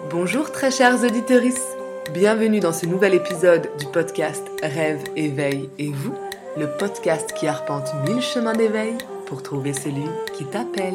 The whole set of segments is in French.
Bonjour très chers auditeurs, bienvenue dans ce nouvel épisode du podcast Rêve, éveil et vous, le podcast qui arpente 1000 chemins d'éveil pour trouver celui qui t'appelle.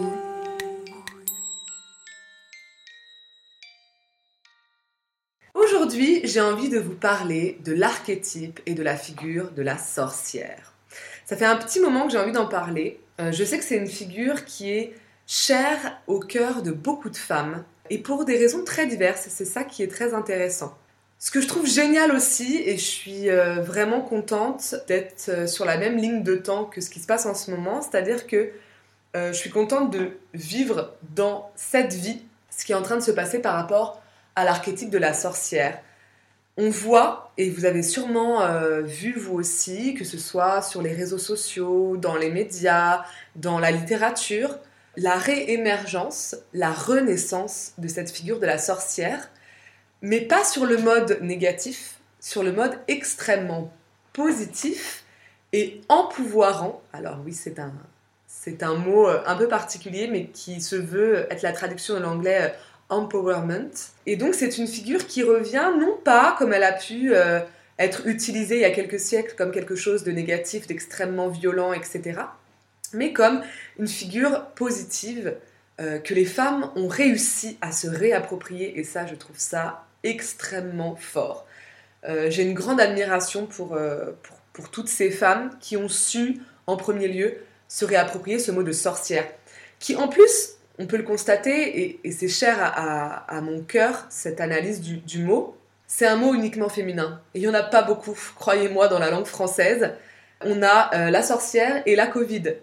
Aujourd'hui, j'ai envie de vous parler de l'archétype et de la figure de la sorcière. Ça fait un petit moment que j'ai envie d'en parler. Je sais que c'est une figure qui est chère au cœur de beaucoup de femmes et pour des raisons très diverses, c'est ça qui est très intéressant. Ce que je trouve génial aussi, et je suis vraiment contente d'être sur la même ligne de temps que ce qui se passe en ce moment, c'est-à-dire que je suis contente de vivre dans cette vie ce qui est en train de se passer par rapport à l'archétype de la sorcière. On voit, et vous avez sûrement vu vous aussi, que ce soit sur les réseaux sociaux, dans les médias, dans la littérature, la réémergence, la renaissance de cette figure de la sorcière, mais pas sur le mode négatif, sur le mode extrêmement positif et empouvoirant. Alors oui, c'est un mot un peu particulier, mais qui se veut être la traduction de l'anglais empowerment. Et donc c'est une figure qui revient non pas comme elle a pu être utilisée il y a quelques siècles comme quelque chose de négatif, d'extrêmement violent, etc., mais comme une figure positive que les femmes ont réussi à se réapproprier, et ça, je trouve ça extrêmement fort. J'ai une grande admiration pour toutes ces femmes qui ont su, en premier lieu, se réapproprier ce mot de sorcière, qui en plus, on peut le constater, et c'est cher à mon cœur, cette analyse du mot, c'est un mot uniquement féminin. Et il n'y en a pas beaucoup, croyez-moi, dans la langue française. On a la sorcière et la Covid.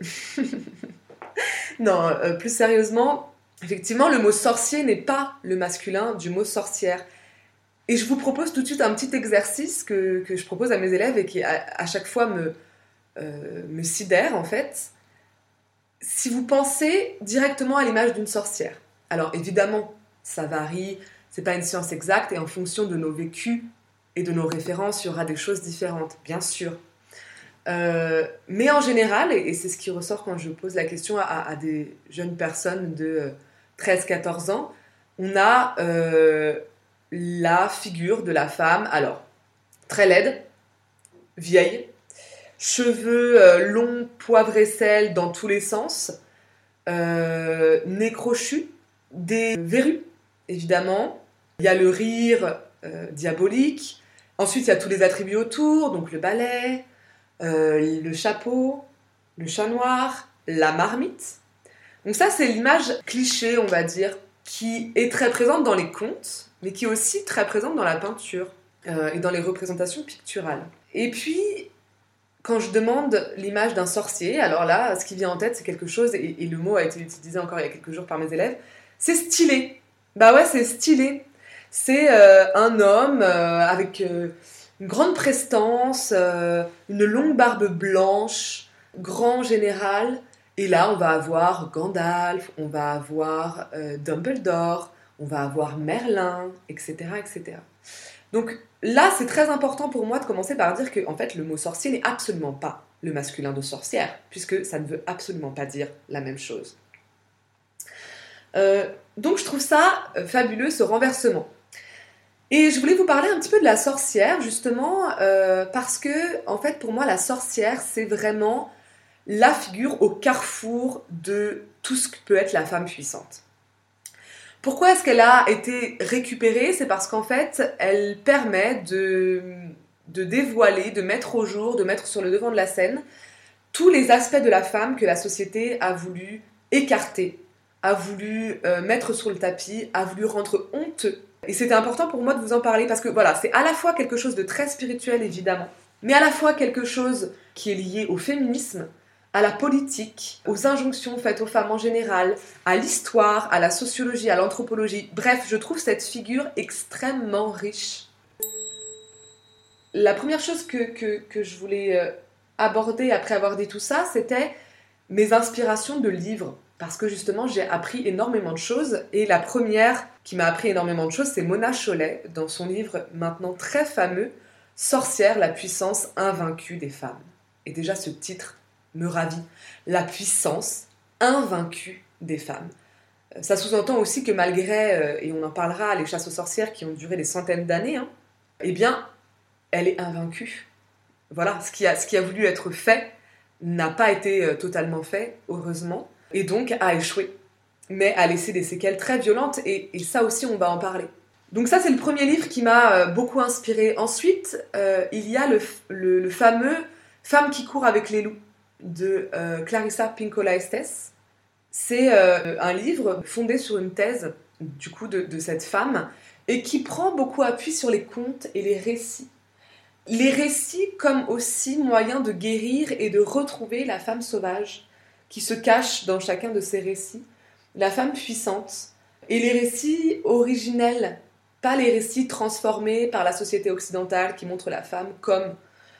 Non, plus sérieusement, effectivement, le mot sorcier n'est pas le masculin du mot sorcière. Et je vous propose tout de suite un petit exercice que je propose à mes élèves et qui à chaque fois me sidère en fait. Si vous pensez directement à l'image d'une sorcière, alors évidemment, ça varie, c'est pas une science exacte et en fonction de nos vécus et de nos références, il y aura des choses différentes, bien sûr. Mais en général, et c'est ce qui ressort quand je pose la question à des jeunes personnes de 13-14 ans, on a la figure de la femme, alors, très laide, vieille, cheveux longs, poivre et sel dans tous les sens, nez crochu, des verrues, évidemment. Il y a le rire diabolique. Ensuite, il y a tous les attributs autour, donc le balai, le chapeau, le chat noir, la marmite. Donc ça, c'est l'image cliché, on va dire, qui est très présente dans les contes, mais qui est aussi très présente dans la peinture et dans les représentations picturales. Et puis, quand je demande l'image d'un sorcier, alors là, ce qui vient en tête, c'est quelque chose, et le mot a été utilisé encore il y a quelques jours par mes élèves, c'est stylé. Bah ouais, c'est stylé. C'est un homme avec une grande prestance, une longue barbe blanche, grand général. Et là, on va avoir Gandalf, on va avoir Dumbledore, on va avoir Merlin, etc., etc. Donc là, c'est très important pour moi de commencer par dire que en fait, le mot sorcier n'est absolument pas le masculin de sorcière, puisque ça ne veut absolument pas dire la même chose. Donc je trouve ça fabuleux, ce renversement. Et je voulais vous parler un petit peu de la sorcière, justement, parce que, en fait, pour moi, la sorcière, c'est vraiment la figure au carrefour de tout ce que peut être la femme puissante. Pourquoi est-ce qu'elle a été récupérée ? C'est parce qu'en fait, elle permet de dévoiler, de mettre au jour, de mettre sur le devant de la scène tous les aspects de la femme que la société a voulu écarter, a voulu mettre sur le tapis, a voulu rendre honteux. Et c'était important pour moi de vous en parler parce que voilà, c'est à la fois quelque chose de très spirituel évidemment, mais à la fois quelque chose qui est lié au féminisme, à la politique, aux injonctions faites aux femmes en général, à l'histoire, à la sociologie, à l'anthropologie. Bref, je trouve cette figure extrêmement riche. La première chose que je voulais aborder après avoir dit tout ça, c'était mes inspirations de livres. Parce que justement, j'ai appris énormément de choses. Et la première qui m'a appris énormément de choses, c'est Mona Chollet, dans son livre maintenant très fameux, Sorcière, la puissance invaincue des femmes. Et déjà, ce titre me ravit. La puissance invaincue des femmes. Ça sous-entend aussi que malgré, et on en parlera, les chasses aux sorcières qui ont duré des centaines d'années, hein, eh bien, elle est invaincue. Voilà, ce qui a voulu être fait n'a pas été totalement fait, heureusement, et donc a échoué, mais a laissé des séquelles très violentes, et ça aussi, on va en parler. Donc ça, c'est le premier livre qui m'a beaucoup inspirée. Ensuite, il y a le fameux Femme qui court avec les loups de Clarissa Pinkola Estés. C'est un livre fondé sur une thèse du coup de cette femme et qui prend beaucoup appui sur les contes et les récits. Les récits comme aussi moyen de guérir et de retrouver la femme sauvage qui se cache dans chacun de ces récits, la femme puissante. Et les récits originels, pas les récits transformés par la société occidentale qui montrent la femme comme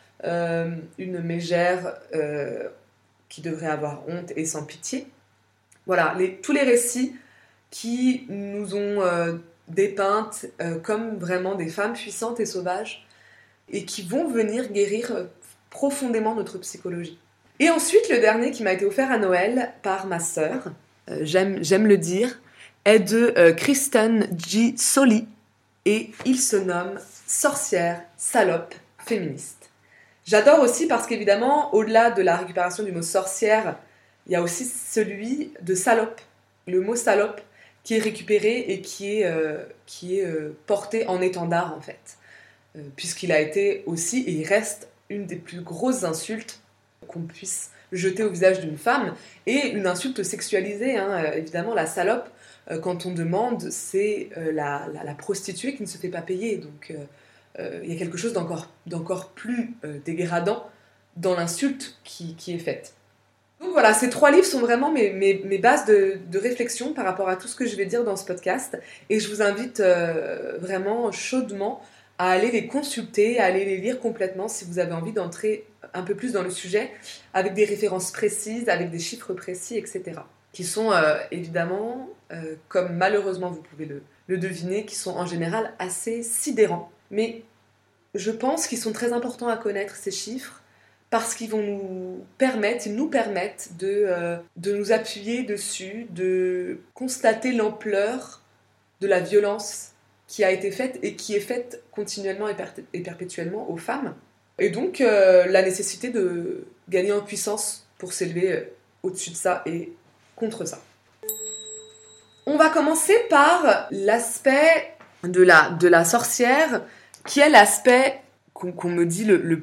une mégère qui devrait avoir honte et sans pitié. Voilà, tous les récits qui nous ont dépeintes comme vraiment des femmes puissantes et sauvages et qui vont venir guérir profondément notre psychologie. Et ensuite, le dernier qui m'a été offert à Noël par ma sœur, j'aime le dire, est de Kristen G. Solly et il se nomme Sorcière, salope, féministe. J'adore aussi parce qu'évidemment, au-delà de la récupération du mot sorcière, il y a aussi celui de salope, le mot salope qui est récupéré et qui est porté en étendard en fait, puisqu'il a été aussi et il reste une des plus grosses insultes qu'on puisse jeter au visage d'une femme et une insulte sexualisée, hein, évidemment la salope, quand on demande, c'est la prostituée qui ne se fait pas payer, donc il y a quelque chose d'encore plus dégradant dans l'insulte qui est faite. Donc voilà, ces 3 livres sont vraiment mes bases de réflexion par rapport à tout ce que je vais dire dans ce podcast. Et je vous invite vraiment chaudement à aller les consulter, à aller les lire complètement si vous avez envie d'entrer un peu plus dans le sujet, avec des références précises, avec des chiffres précis, etc. Qui sont évidemment, comme malheureusement vous pouvez le deviner, qui sont en général assez sidérants. Mais je pense qu'ils sont très importants à connaître, ces chiffres, parce qu'ils vont nous permettent de nous appuyer dessus, de constater l'ampleur de la violence qui a été faite et qui est faite continuellement et perpétuellement aux femmes. Et donc la nécessité de gagner en puissance pour s'élever au-dessus de ça et contre ça. On va commencer par l'aspect de la sorcière, qui est l'aspect qu'on me dit le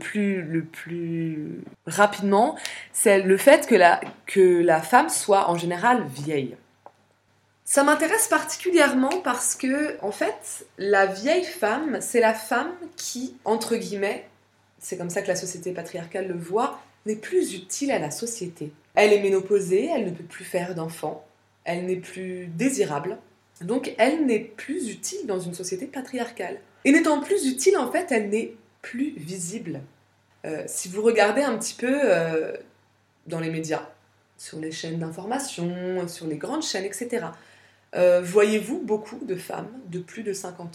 plus rapidement, c'est le fait que la femme soit en général vieille. Ça m'intéresse particulièrement parce que, en fait, la vieille femme, c'est la femme qui, entre guillemets, c'est comme ça que la société patriarcale le voit, n'est plus utile à la société. Elle est ménopausée, elle ne peut plus faire d'enfants, elle n'est plus désirable, donc elle n'est plus utile dans une société patriarcale. Et n'étant plus utile, en fait, elle n'est plus visible. Si vous regardez un petit peu dans les médias, sur les chaînes d'information, sur les grandes chaînes, etc., voyez-vous beaucoup de femmes de plus de 50 ans ?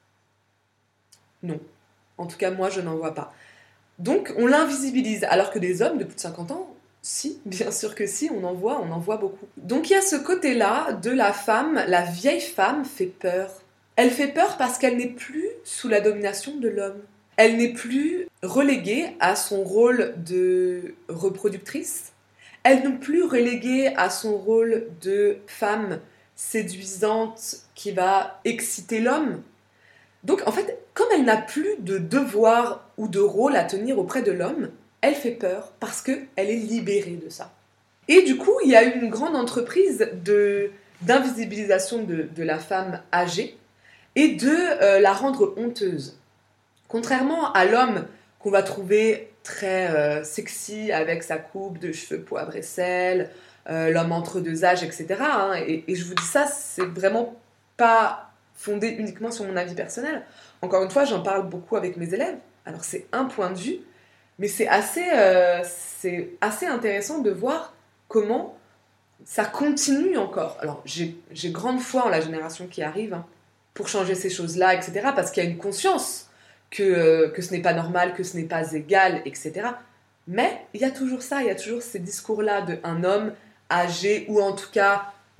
Non. En tout cas, moi, je n'en vois pas. Donc, on l'invisibilise, alors que des hommes de plus de 50 ans, si, bien sûr que si, on en voit beaucoup. Donc, il y a ce côté-là de la femme, la vieille femme fait peur. Elle fait peur parce qu'elle n'est plus sous la domination de l'homme. Elle n'est plus reléguée à son rôle de reproductrice. Elle n'est plus reléguée à son rôle de femme séduisante qui va exciter l'homme. Donc, en fait, comme elle n'a plus de devoir ou de rôle à tenir auprès de l'homme, elle fait peur parce qu'elle est libérée de ça. Et du coup, il y a eu une grande entreprise d'invisibilisation de la femme âgée et de la rendre honteuse. Contrairement à l'homme qu'on va trouver très sexy avec sa coupe de cheveux poivre et sel, l'homme entre deux âges, etc. Hein, et je vous dis ça, c'est vraiment pas fondé uniquement sur mon avis personnel. Encore une fois, j'en parle beaucoup avec mes élèves. Alors c'est un point de vue, mais c'est assez intéressant de voir comment ça continue encore. Alors j'ai grande foi en la génération qui arrive hein, pour changer ces choses-là, etc. Parce qu'il y a une conscience que ce n'est pas normal, que ce n'est pas égal, etc. Mais il y a toujours ça, il y a toujours ces discours-là d'un homme âgé ou en tout cas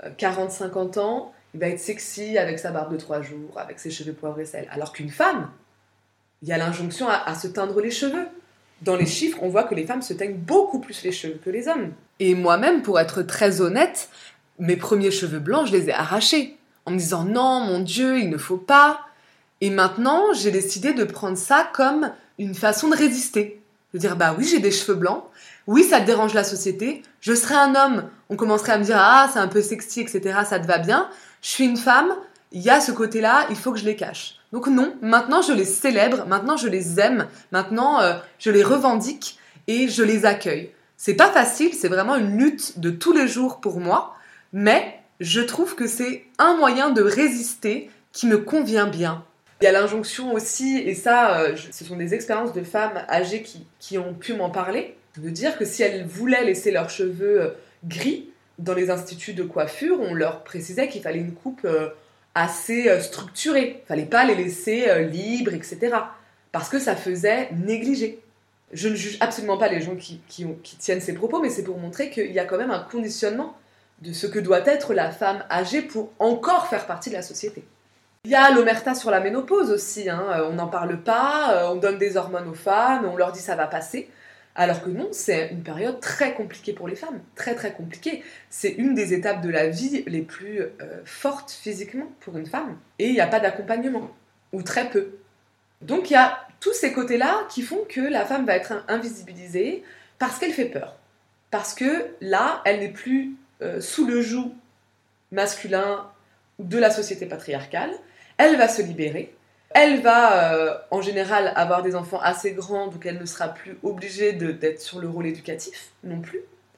40-50 ans, il va être sexy avec sa barbe de 3 jours, avec ses cheveux poivre et sel. Alors qu'une femme, il y a l'injonction à se teindre les cheveux. Dans les chiffres, on voit que les femmes se teignent beaucoup plus les cheveux que les hommes. Et moi-même, pour être très honnête, mes premiers cheveux blancs, je les ai arrachés. En me disant, non, mon Dieu, il ne faut pas. Et maintenant, j'ai décidé de prendre ça comme une façon de résister. De dire, bah oui, j'ai des cheveux blancs. Oui, ça dérange la société. Je serais un homme. On commencerait à me dire, ah, c'est un peu sexy, etc. Ça te va bien. Je suis une femme. Il y a ce côté-là, il faut que je les cache. Donc non, maintenant je les célèbre, maintenant je les aime, maintenant je les revendique et je les accueille. C'est pas facile, c'est vraiment une lutte de tous les jours pour moi, mais je trouve que c'est un moyen de résister qui me convient bien. Il y a l'injonction aussi, et ça, ce sont des expériences de femmes âgées qui ont pu m'en parler, de dire que si elles voulaient laisser leurs cheveux gris dans les instituts de coiffure, on leur précisait qu'il fallait une coupe assez structurée. Il fallait pas les laisser libres, etc. Parce que ça faisait négliger. Je ne juge absolument pas les gens qui tiennent ces propos, mais c'est pour montrer qu'il y a quand même un conditionnement de ce que doit être la femme âgée pour encore faire partie de la société. Il y a l'omerta sur la ménopause aussi, on n'en parle pas, on donne des hormones aux femmes, on leur dit ça va passer. Alors que non, c'est une période très compliquée pour les femmes, très très compliquée. C'est une des étapes de la vie les plus fortes physiquement pour une femme. Et il n'y a pas d'accompagnement, ou très peu. Donc il y a tous ces côtés-là qui font que la femme va être invisibilisée parce qu'elle fait peur. Parce que là, elle n'est plus sous le joug masculin de la société patriarcale. Elle va se libérer. Elle va, en général, avoir des enfants assez grands, donc elle ne sera plus obligée d'être sur le rôle éducatif, non plus.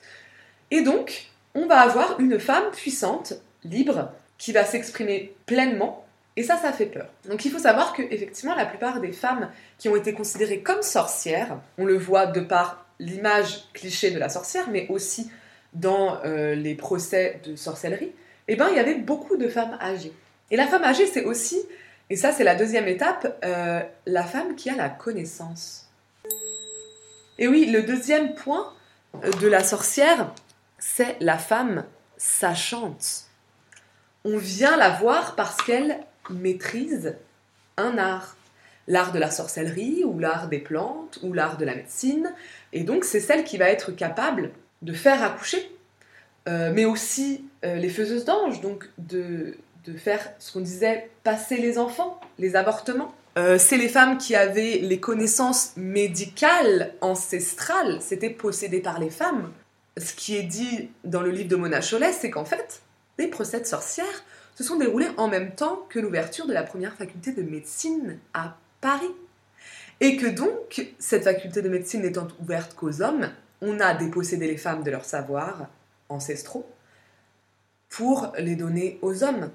Et donc, on va avoir une femme puissante, libre, qui va s'exprimer pleinement, et ça fait peur. Donc il faut savoir que, effectivement, la plupart des femmes qui ont été considérées comme sorcières, on le voit de par l'image cliché de la sorcière, mais aussi dans les procès de sorcellerie, eh ben, il y avait beaucoup de femmes âgées. Et la femme âgée, c'est aussi... Et ça, c'est la deuxième étape, la femme qui a la connaissance. Et oui, le deuxième point de la sorcière, c'est la femme sachante. On vient la voir parce qu'elle maîtrise un art. L'art de la sorcellerie, ou l'art des plantes, ou l'art de la médecine. Et donc, c'est celle qui va être capable de faire accoucher, mais aussi les faiseuses d'anges, donc de faire ce qu'on disait passer les enfants, les avortements. C'est les femmes qui avaient les connaissances médicales ancestrales, c'était possédé par les femmes. Ce qui est dit dans le livre de Mona Chollet, c'est qu'en fait, les procès de sorcières se sont déroulés en même temps que l'ouverture de la première faculté de médecine à Paris. Et que donc, cette faculté de médecine n'étant ouverte qu'aux hommes, on a dépossédé les femmes de leurs savoirs ancestraux pour les donner aux hommes.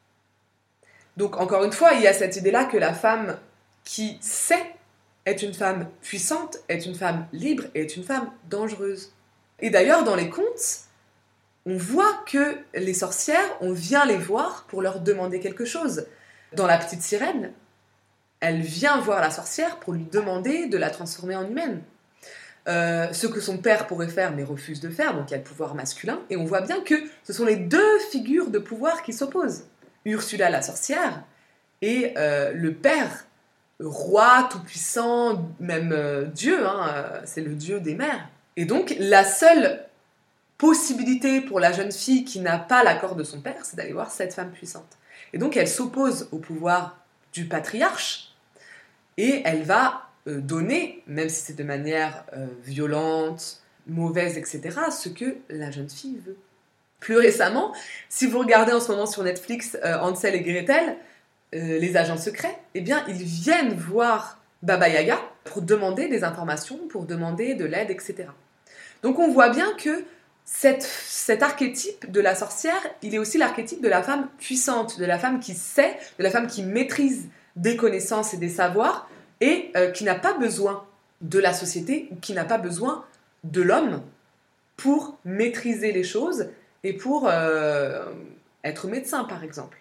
Donc, encore une fois, il y a cette idée-là que la femme qui sait est une femme puissante, est une femme libre et est une femme dangereuse. Et d'ailleurs, dans les contes, on voit que les sorcières, on vient les voir pour leur demander quelque chose. Dans La Petite Sirène, elle vient voir la sorcière pour lui demander de la transformer en humaine. Ce que son père pourrait faire mais refuse de faire, donc il y a le pouvoir masculin, et on voit bien que ce sont les deux figures de pouvoir qui s'opposent. Ursula la sorcière et le père, roi tout-puissant, même Dieu, c'est le dieu des mers. Et donc la seule possibilité pour la jeune fille qui n'a pas l'accord de son père, c'est d'aller voir cette femme puissante. Et donc elle s'oppose au pouvoir du patriarche et elle va donner, même si c'est de manière violente, mauvaise, etc., ce que la jeune fille veut. Plus récemment, si vous regardez en ce moment sur Netflix Hansel et Gretel, les agents secrets, eh bien, ils viennent voir Baba Yaga pour demander des informations, pour demander de l'aide, etc. Donc on voit bien que cet archétype de la sorcière, il est aussi l'archétype de la femme puissante, de la femme qui sait, de la femme qui maîtrise des connaissances et des savoirs, et qui n'a pas besoin de la société, ou qui n'a pas besoin de l'homme pour maîtriser les choses, et pour être médecin, par exemple.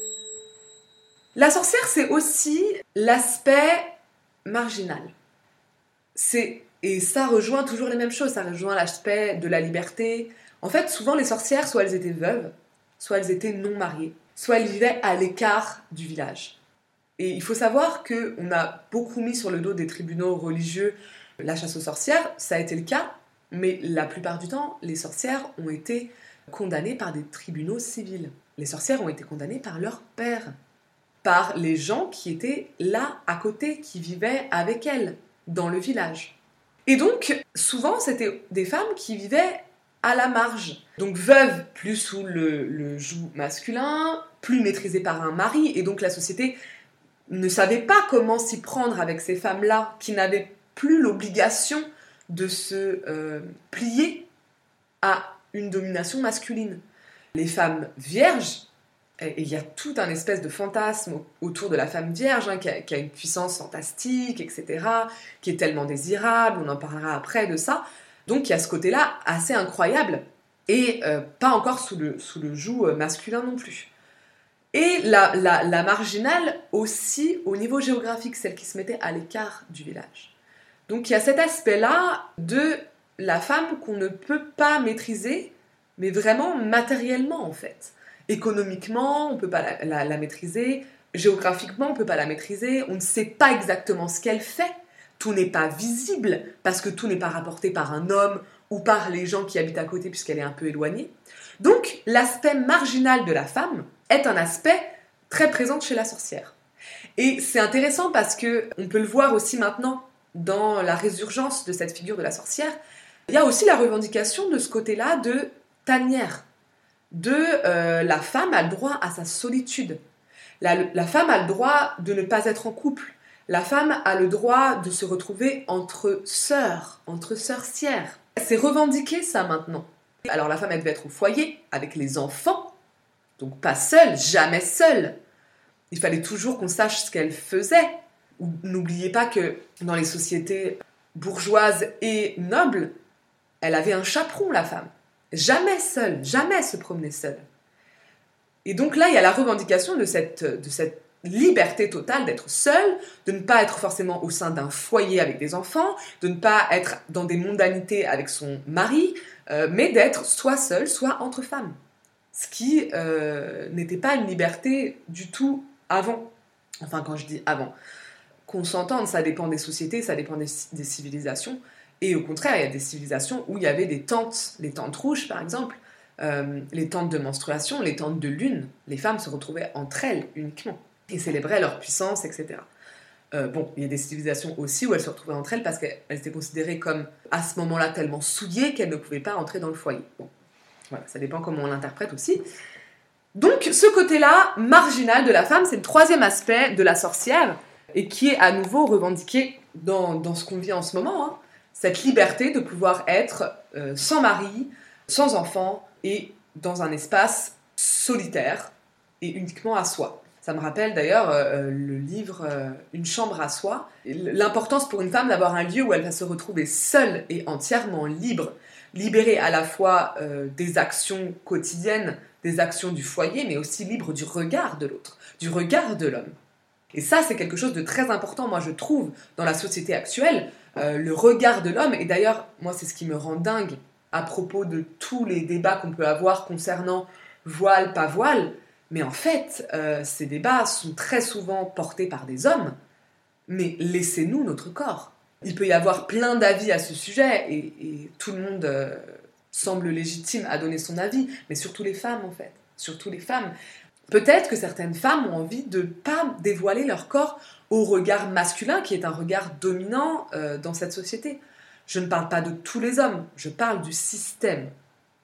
La sorcière, c'est aussi l'aspect marginal. Et ça rejoint toujours les mêmes choses, ça rejoint l'aspect de la liberté. En fait, souvent, les sorcières, soit elles étaient veuves, soit elles étaient non mariées, soit elles vivaient à l'écart du village. Et il faut savoir qu'on a beaucoup mis sur le dos des tribunaux religieux la chasse aux sorcières, ça a été le cas, mais la plupart du temps, les sorcières ont été condamnées par des tribunaux civils. Les sorcières ont été condamnées par leur père, par les gens qui étaient là à côté, qui vivaient avec elles dans le village. Et donc, souvent, c'était des femmes qui vivaient à la marge. Donc veuves, plus sous le joug masculin, plus maîtrisées par un mari, et donc la société ne savait pas comment s'y prendre avec ces femmes-là, qui n'avaient plus l'obligation de se plier à une domination masculine. Les femmes vierges, et il y a tout un espèce de fantasme autour de la femme vierge, qui a une puissance fantastique, etc., qui est tellement désirable, on en parlera après de ça. Donc il y a ce côté-là assez incroyable, et pas encore sous le joug masculin non plus. Et la marginale aussi au niveau géographique, celle qui se mettait à l'écart du village. Donc il y a cet aspect-là de la femme qu'on ne peut pas maîtriser, mais vraiment matériellement en fait. Économiquement, on ne peut pas la maîtriser, géographiquement, on ne peut pas la maîtriser, on ne sait pas exactement ce qu'elle fait, tout n'est pas visible, parce que tout n'est pas rapporté par un homme ou par les gens qui habitent à côté, puisqu'elle est un peu éloignée. Donc l'aspect marginal de la femme est un aspect très présent chez la sorcière. Et c'est intéressant parce qu'on peut le voir aussi maintenant dans la résurgence de cette figure de la sorcière. Il y a aussi la revendication de ce côté-là de tanière, de la femme a le droit à sa solitude. La femme a le droit de ne pas être en couple. La femme a le droit de se retrouver entre sorcières. C'est revendiqué ça maintenant. Alors la femme, elle devait être au foyer avec les enfants, donc pas seule, jamais seule. Il fallait toujours qu'on sache ce qu'elle faisait. N'oubliez pas que dans les sociétés bourgeoises et nobles, elle avait un chaperon, la femme. Jamais seule, jamais se promener seule. Et donc là, il y a la revendication de cette liberté totale d'être seule, de ne pas être forcément au sein d'un foyer avec des enfants, de ne pas être dans des mondanités avec son mari, mais d'être soit seule, soit entre femmes. Ce qui n'était pas une liberté du tout avant. Enfin, quand je dis avant, qu'on s'entende, ça dépend des sociétés, ça dépend des civilisations. Et au contraire, il y a des civilisations où il y avait des tentes, les tentes rouges par exemple, les tentes de menstruation, les tentes de lune. Les femmes se retrouvaient entre elles uniquement et célébraient leur puissance, etc. Bon, il y a des civilisations aussi où elles se retrouvaient entre elles parce qu'elles étaient considérées comme, à ce moment-là, tellement souillées qu'elles ne pouvaient pas entrer dans le foyer. Bon, voilà, ça dépend comment on l'interprète aussi. Donc, ce côté-là, marginal de la femme, c'est le troisième aspect de la sorcière et qui est à nouveau revendiqué dans ce qu'on vit en ce moment, hein. Cette liberté de pouvoir être sans mari, sans enfant et dans un espace solitaire et uniquement à soi. Ça me rappelle d'ailleurs le livre Une chambre à soi. L'importance pour une femme d'avoir un lieu où elle va se retrouver seule et entièrement libre, libérée à la fois des actions quotidiennes, des actions du foyer, mais aussi libre du regard de l'autre, du regard de l'homme. Et ça, c'est quelque chose de très important, moi je trouve, dans la société actuelle, le regard de l'homme. Et d'ailleurs, moi c'est ce qui me rend dingue à propos de tous les débats qu'on peut avoir concernant voile, pas voile. Mais en fait, ces débats sont très souvent portés par des hommes. Mais laissez-nous notre corps. Il peut y avoir plein d'avis à ce sujet et tout le monde semble légitime à donner son avis, mais surtout les femmes en fait, surtout les femmes. Peut-être que certaines femmes ont envie de ne pas dévoiler leur corps au regard masculin, qui est un regard dominant dans cette société. Je ne parle pas de tous les hommes, je parle du système. D'accord ?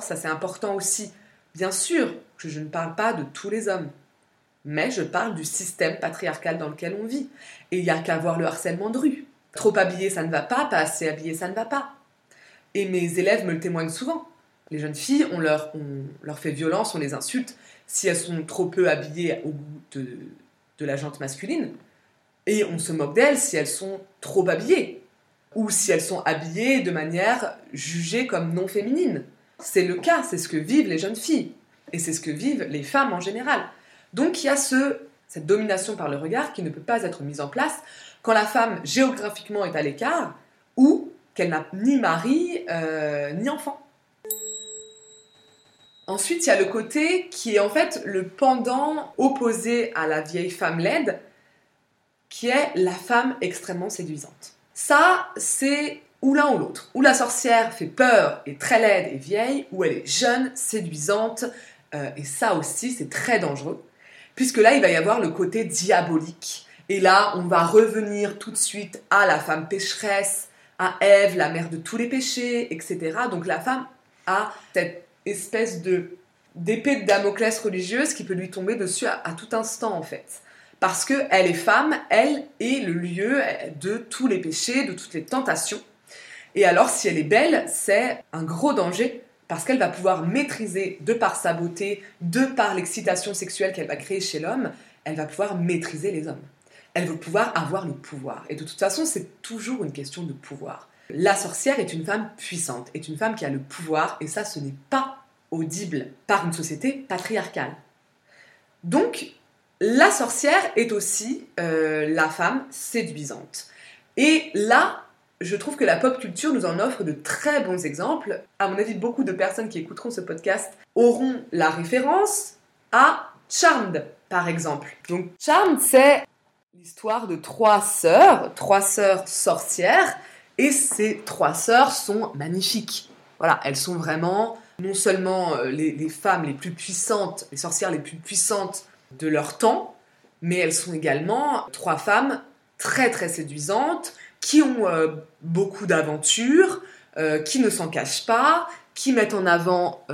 Ça c'est important aussi. Bien sûr que je ne parle pas de tous les hommes, mais je parle du système patriarcal dans lequel on vit. Et il n'y a qu'à voir le harcèlement de rue. Trop habillé, ça ne va pas assez habillé, ça ne va pas. Et mes élèves me le témoignent souvent. Les jeunes filles, on leur fait violence, on les insulte si elles sont trop peu habillées au goût de la gente masculine. Et on se moque d'elles si elles sont trop habillées. Ou si elles sont habillées de manière jugée comme non féminine. C'est le cas, c'est ce que vivent les jeunes filles. Et c'est ce que vivent les femmes en général. Donc il y a cette domination par le regard qui ne peut pas être mise en place quand la femme géographiquement est à l'écart ou qu'elle n'a ni mari ni enfant. Ensuite, il y a le côté qui est en fait le pendant opposé à la vieille femme laide, qui est la femme extrêmement séduisante. Ça, c'est ou l'un ou l'autre. Ou la sorcière fait peur, est très laide et vieille, ou elle est jeune, séduisante, et ça aussi, c'est très dangereux, puisque là, il va y avoir le côté diabolique. Et là, on va revenir tout de suite à la femme pécheresse, à Ève, la mère de tous les péchés, etc. Donc la femme a cette espèce d'épée de Damoclès religieuse qui peut lui tomber dessus à tout instant, en fait. Parce qu'elle est femme, elle est le lieu de tous les péchés, de toutes les tentations. Et alors, si elle est belle, c'est un gros danger, parce qu'elle va pouvoir maîtriser, de par sa beauté, de par l'excitation sexuelle qu'elle va créer chez l'homme, elle va pouvoir maîtriser les hommes. Elle va pouvoir avoir le pouvoir. Et de toute façon, c'est toujours une question de pouvoir. La sorcière est une femme puissante, est une femme qui a le pouvoir, et ça, ce n'est pas audible par une société patriarcale. Donc, la sorcière est aussi la femme séduisante. Et là, je trouve que la pop culture nous en offre de très bons exemples. À mon avis, beaucoup de personnes qui écouteront ce podcast auront la référence à Charmed, par exemple. Donc, Charmed, c'est l'histoire de trois sœurs sorcières, et ces trois sœurs sont magnifiques. Voilà, elles sont vraiment non seulement les femmes les plus puissantes, les sorcières les plus puissantes de leur temps, mais elles sont également trois femmes très très séduisantes, qui ont beaucoup d'aventures, qui ne s'en cachent pas, qui mettent en avant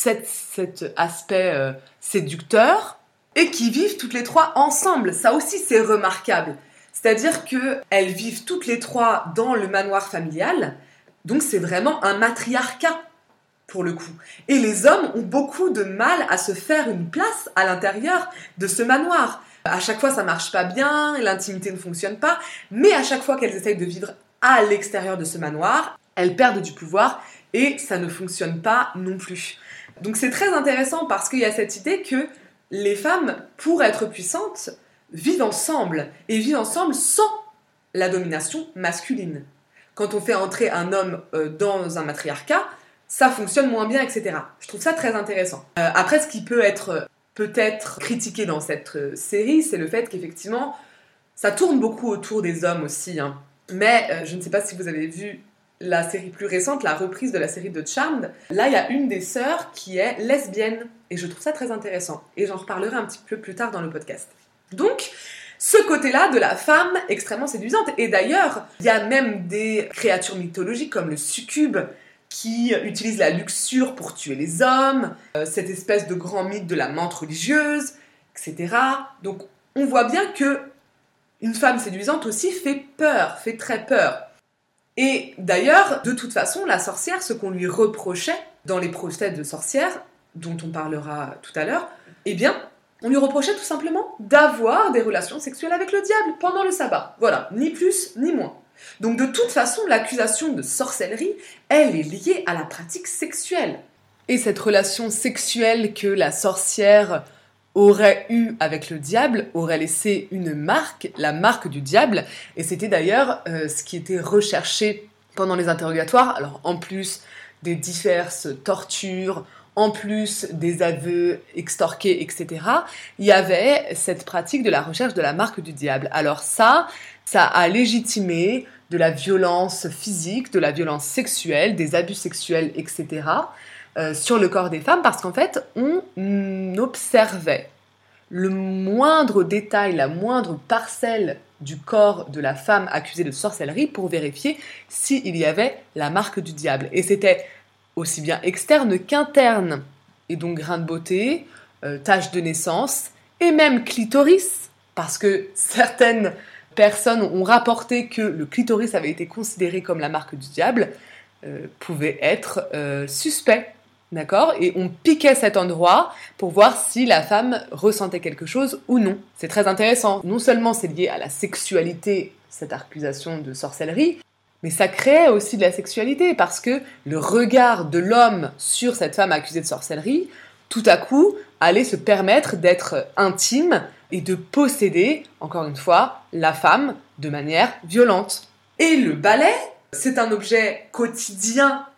cet aspect séducteur, et qui vivent toutes les trois ensemble. Ça aussi, c'est remarquable. C'est-à-dire qu'elles vivent toutes les trois dans le manoir familial, donc c'est vraiment un matriarcat, pour le coup. Et les hommes ont beaucoup de mal à se faire une place à l'intérieur de ce manoir. À chaque fois, ça marche pas bien, l'intimité ne fonctionne pas, mais à chaque fois qu'elles essayent de vivre à l'extérieur de ce manoir, elles perdent du pouvoir et ça ne fonctionne pas non plus. Donc c'est très intéressant parce qu'il y a cette idée que les femmes, pour être puissantes, vivent ensemble et vivent ensemble sans la domination masculine. Quand on fait entrer un homme dans un matriarcat, ça fonctionne moins bien, etc. Je trouve ça très intéressant. Après, ce qui peut être peut-être critiqué dans cette série, c'est le fait qu'effectivement, ça tourne beaucoup autour des hommes aussi. Hein. Mais je ne sais pas si vous avez vu la série plus récente, la reprise de la série de Charmed. Là, il y a une des sœurs qui est lesbienne. Et je trouve ça très intéressant. Et j'en reparlerai un petit peu plus tard dans le podcast. Donc, ce côté-là de la femme extrêmement séduisante. Et d'ailleurs, il y a même des créatures mythologiques comme le succube qui utilise la luxure pour tuer les hommes, cette espèce de grand mythe de la menthe religieuse, etc. Donc, on voit bien que une femme séduisante aussi fait peur, fait très peur. Et d'ailleurs, de toute façon, la sorcière, ce qu'on lui reprochait dans les procès de sorcières, dont on parlera tout à l'heure, eh bien, on lui reprochait tout simplement d'avoir des relations sexuelles avec le diable pendant le sabbat. Voilà, ni plus ni moins. Donc de toute façon, l'accusation de sorcellerie, elle est liée à la pratique sexuelle. Et cette relation sexuelle que la sorcière aurait eue avec le diable aurait laissé une marque, la marque du diable, et c'était d'ailleurs ce qui était recherché pendant les interrogatoires. Alors en plus des diverses tortures, en plus des aveux extorqués, etc., il y avait cette pratique de la recherche de la marque du diable. Alors ça a légitimé de la violence physique, de la violence sexuelle, des abus sexuels, etc., sur le corps des femmes, parce qu'en fait, on observait le moindre détail, la moindre parcelle du corps de la femme accusée de sorcellerie pour vérifier s'il y avait la marque du diable. Et c'était aussi bien externe qu'interne. Et donc grain de beauté, tache de naissance, et même clitoris, parce que certaines personnes ont rapporté que le clitoris avait été considéré comme la marque du diable, pouvait être suspect. D'accord ? Et on piquait cet endroit pour voir si la femme ressentait quelque chose ou non. C'est très intéressant. Non seulement c'est lié à la sexualité, cette accusation de sorcellerie, mais ça crée aussi de la sexualité parce que le regard de l'homme sur cette femme accusée de sorcellerie, tout à coup, allait se permettre d'être intime et de posséder, encore une fois, la femme de manière violente. Et le balai, c'est un objet quotidien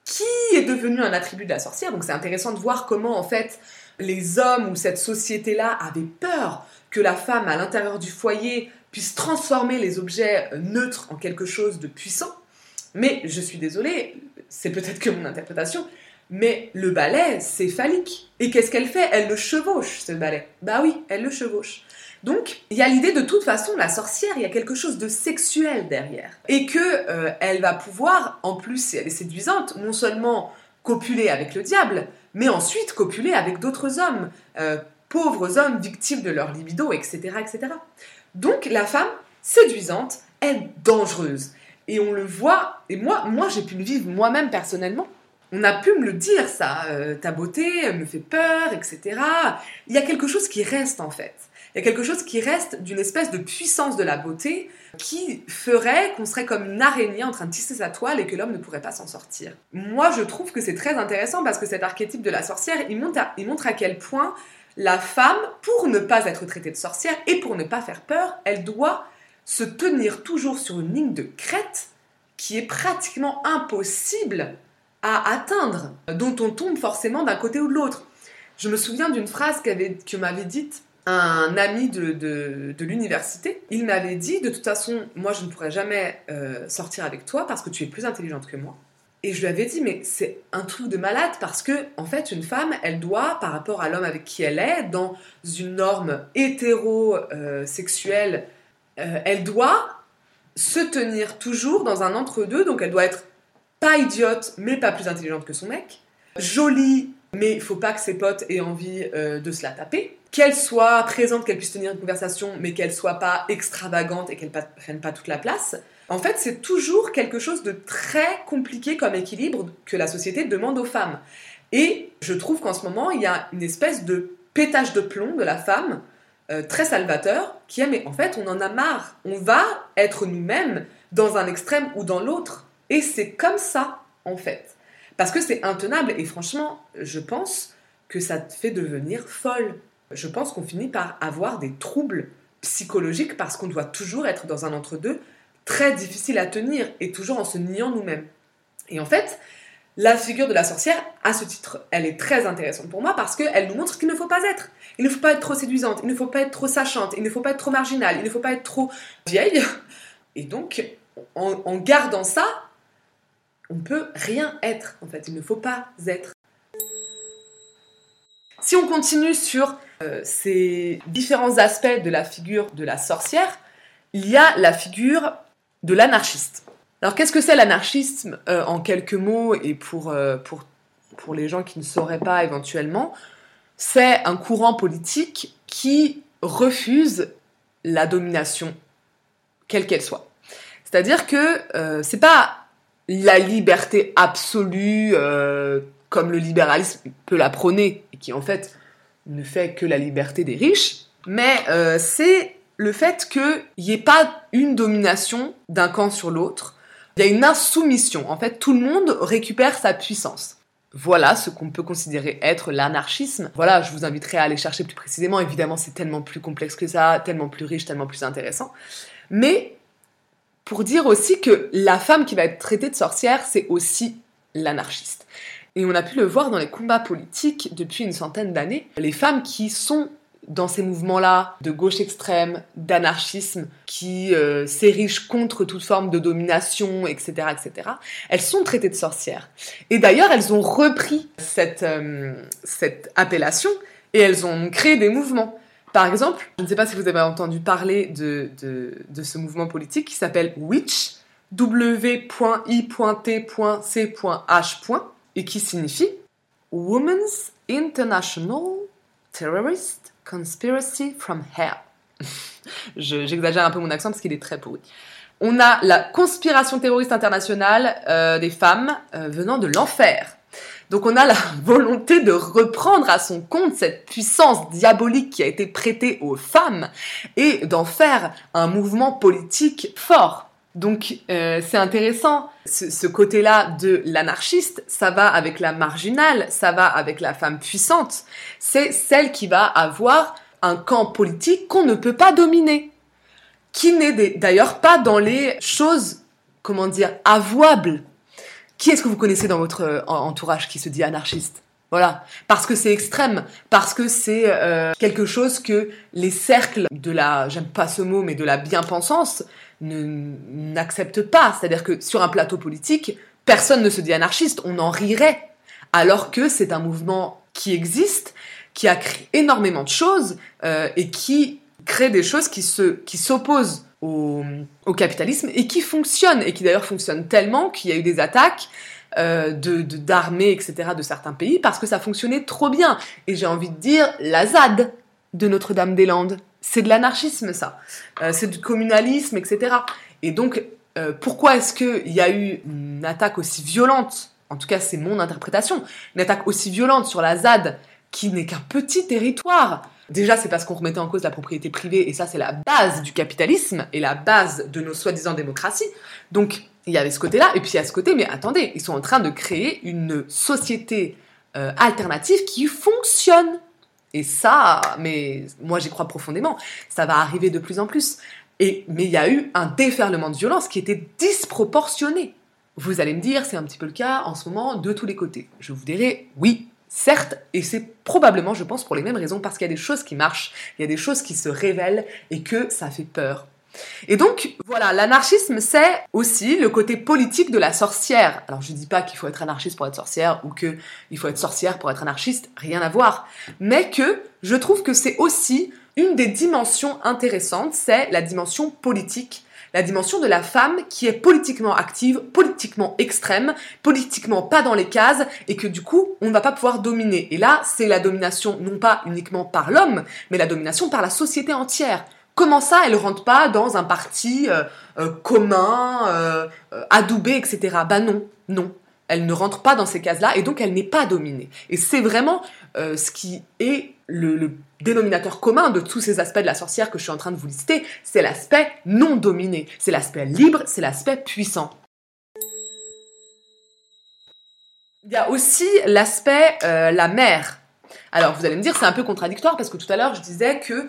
qui est devenu un attribut de la sorcière. Donc c'est intéressant de voir comment en fait les hommes ou cette société-là avaient peur que la femme à l'intérieur du foyer puisse transformer les objets neutres en quelque chose de puissant. Mais je suis désolée, c'est peut-être que mon interprétation, mais le balai, c'est phallique. Et qu'est-ce qu'elle fait? Elle le chevauche, ce balai. Bah oui, elle le chevauche. Donc, il y a l'idée de toute façon, la sorcière, il y a quelque chose de sexuel derrière. Et que elle va pouvoir, en plus, si elle est séduisante, non seulement copuler avec le diable, mais ensuite copuler avec d'autres hommes, pauvres hommes victimes de leur libido, etc., etc. Donc, la femme séduisante est dangereuse. Et on le voit, et moi j'ai pu le vivre moi-même personnellement. On a pu me le dire, ça, ta beauté me fait peur, etc. Il y a quelque chose qui reste, en fait. Il y a quelque chose qui reste d'une espèce de puissance de la beauté qui ferait qu'on serait comme une araignée en train de tisser sa toile et que l'homme ne pourrait pas s'en sortir. Moi, je trouve que c'est très intéressant parce que cet archétype de la sorcière, il montre à quel point la femme, pour ne pas être traitée de sorcière et pour ne pas faire peur, elle doit se tenir toujours sur une ligne de crête qui est pratiquement impossible à atteindre, dont on tombe forcément d'un côté ou de l'autre. Je me souviens d'une phrase que m'avait dite un ami de l'université. Il m'avait dit, de toute façon, moi je ne pourrai jamais sortir avec toi parce que tu es plus intelligente que moi. Et je lui avais dit, mais c'est un truc de malade parce que, en fait, une femme, elle doit, par rapport à l'homme avec qui elle est, dans une norme hétérosexuelle, elle doit se tenir toujours dans un entre-deux, donc elle doit être pas idiote, mais pas plus intelligente que son mec, jolie, mais il faut pas que ses potes aient envie de se la taper, qu'elle soit présente, qu'elle puisse tenir une conversation, mais qu'elle soit pas extravagante et qu'elle prenne pas toute la place. En fait, c'est toujours quelque chose de très compliqué comme équilibre que la société demande aux femmes. Et je trouve qu'en ce moment, il y a une espèce de pétage de plomb de la femme, très salvateur, qui est, mais en fait, on en a marre. On va être nous-mêmes dans un extrême ou dans l'autre. Et c'est comme ça, en fait. Parce que c'est intenable. Et franchement, je pense que ça te fait devenir folle. Je pense qu'on finit par avoir des troubles psychologiques parce qu'on doit toujours être dans un entre-deux très difficile à tenir et toujours en se niant nous-mêmes. Et en fait, la figure de la sorcière, à ce titre, elle est très intéressante pour moi parce qu'elle nous montre ce qu'il ne faut pas être. Il ne faut pas être trop séduisante, il ne faut pas être trop sachante, il ne faut pas être trop marginale, il ne faut pas être trop vieille. Et donc, en gardant ça, on ne peut rien être, en fait. Il ne faut pas être. Si on continue sur ces différents aspects de la figure de la sorcière, il y a la figure de l'anarchiste. Alors, qu'est-ce que c'est l'anarchisme en quelques mots et pour les gens qui ne sauraient pas éventuellement? C'est un courant politique qui refuse la domination, quelle qu'elle soit. C'est-à-dire que c'est pas la liberté absolue comme le libéralisme peut la prôner et qui en fait ne fait que la liberté des riches, mais c'est le fait qu'il n'y ait pas une domination d'un camp sur l'autre. Il y a une insoumission. En fait, tout le monde récupère sa puissance. Voilà ce qu'on peut considérer être l'anarchisme. Voilà, je vous inviterai à aller chercher plus précisément. Évidemment, c'est tellement plus complexe que ça, tellement plus riche, tellement plus intéressant. Mais pour dire aussi que la femme qui va être traitée de sorcière, c'est aussi l'anarchiste. Et on a pu le voir dans les combats politiques depuis une centaine d'années. Les femmes qui sont dans ces mouvements-là de gauche extrême, d'anarchisme, qui s'érigent contre toute forme de domination, etc., etc., elles sont traitées de sorcières. Et d'ailleurs, elles ont repris cette appellation et elles ont créé des mouvements. Par exemple, je ne sais pas si vous avez entendu parler de ce mouvement politique qui s'appelle Witch, W.I.T.C.H. et qui signifie Women's International Terrorist Conspiracy from Hell. J'exagère un peu mon accent parce qu'il est très pourri. On a la conspiration terroriste internationale des femmes venant de l'enfer. Donc on a la volonté de reprendre à son compte cette puissance diabolique qui a été prêtée aux femmes et d'en faire un mouvement politique fort. Donc c'est intéressant, ce côté-là de l'anarchiste, ça va avec la marginale, ça va avec la femme puissante. C'est celle qui va avoir un camp politique qu'on ne peut pas dominer, qui n'est d'ailleurs pas dans les choses, avouables, Qui est-ce que vous connaissez dans votre entourage qui se dit anarchiste ? Voilà, parce que c'est extrême, parce que c'est quelque chose que les cercles de la, j'aime pas ce mot, mais de la bien-pensance n'acceptent pas. C'est-à-dire que sur un plateau politique, personne ne se dit anarchiste, on en rirait. Alors que c'est un mouvement qui existe, qui a créé énormément de choses et qui crée des choses qui s'opposent au capitalisme et qui fonctionnent, et qui d'ailleurs fonctionnent tellement qu'il y a eu des attaques d'armées, etc., de certains pays, parce que ça fonctionnait trop bien. Et j'ai envie de dire, la ZAD de Notre-Dame-des-Landes, c'est de l'anarchisme, ça. C'est du communalisme, etc. Et donc, pourquoi est-ce qu'il y a eu une attaque aussi violente, en tout cas c'est mon interprétation, une attaque aussi violente sur la ZAD, qui n'est qu'un petit territoire? Déjà, c'est parce qu'on remettait en cause la propriété privée, et ça, c'est la base du capitalisme, et la base de nos soi-disant démocraties. Donc, il y avait ce côté-là, et puis il y a ce côté, mais attendez, ils sont en train de créer une société alternative qui fonctionne. Et ça, mais moi j'y crois profondément, ça va arriver de plus en plus. Mais il y a eu un déferlement de violence qui était disproportionné. Vous allez me dire, c'est un petit peu le cas en ce moment de tous les côtés. Je vous dirai, oui, certes, et c'est probablement, je pense, pour les mêmes raisons, parce qu'il y a des choses qui marchent, il y a des choses qui se révèlent, et que ça fait peur. Et donc, voilà, l'anarchisme, c'est aussi le côté politique de la sorcière. Alors, je dis pas qu'il faut être anarchiste pour être sorcière, ou qu'il faut être sorcière pour être anarchiste, rien à voir. Mais que je trouve que c'est aussi une des dimensions intéressantes, c'est la dimension politique, la dimension de la femme qui est politiquement active, politiquement extrême, politiquement pas dans les cases, et que du coup, on ne va pas pouvoir dominer. Et là, c'est la domination, non pas uniquement par l'homme, mais la domination par la société entière. Comment ça, elle rentre pas dans un parti commun, adoubé, etc. Bah non, non. Elle ne rentre pas dans ces cases-là, et donc elle n'est pas dominée. Et c'est vraiment ce qui est le dénominateur commun de tous ces aspects de la sorcière que je suis en train de vous lister, c'est l'aspect non dominé, c'est l'aspect libre, c'est l'aspect puissant. Il y a aussi l'aspect la mère. Alors, vous allez me dire, c'est un peu contradictoire, parce que tout à l'heure, je disais que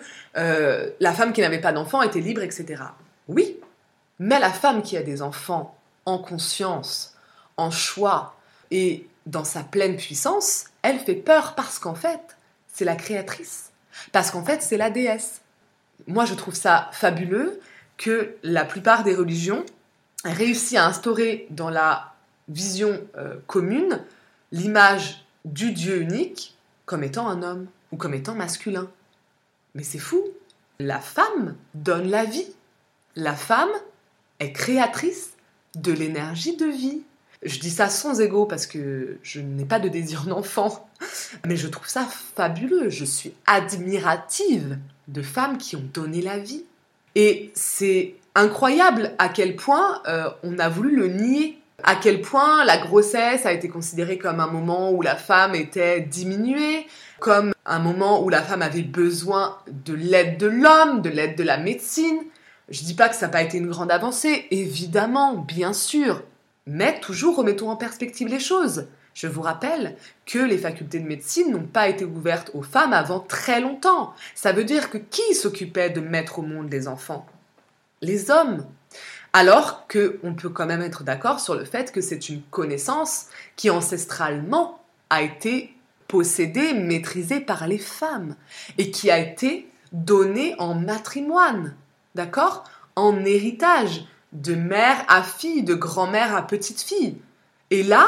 la femme qui n'avait pas d'enfants était libre, etc. Oui, mais la femme qui a des enfants en conscience, en choix et dans sa pleine puissance, elle fait peur parce qu'en fait, c'est la créatrice. Parce qu'en fait, c'est la déesse. Moi, je trouve ça fabuleux que la plupart des religions réussissent à instaurer dans la vision commune l'image du Dieu unique comme étant un homme ou comme étant masculin. Mais c'est fou. La femme donne la vie. La femme est créatrice de l'énergie de vie. Je dis ça sans ego parce que je n'ai pas de désir d'enfant, mais je trouve ça fabuleux. Je suis admirative de femmes qui ont donné la vie. Et c'est incroyable à quel point on a voulu le nier. À quel point la grossesse a été considérée comme un moment où la femme était diminuée, comme un moment où la femme avait besoin de l'aide de l'homme, de l'aide de la médecine. Je dis pas que ça n'a pas été une grande avancée, évidemment, bien sûr. Mais toujours remettons en perspective les choses. Je vous rappelle que les facultés de médecine n'ont pas été ouvertes aux femmes avant très longtemps. Ça veut dire que qui s'occupait de mettre au monde les enfants ? Les hommes. Alors qu'on peut quand même être d'accord sur le fait que c'est une connaissance qui ancestralement a été possédée, maîtrisée par les femmes et qui a été donnée en matrimoine, d'accord ? En héritage, de mère à fille, de grand-mère à petite-fille. Et là,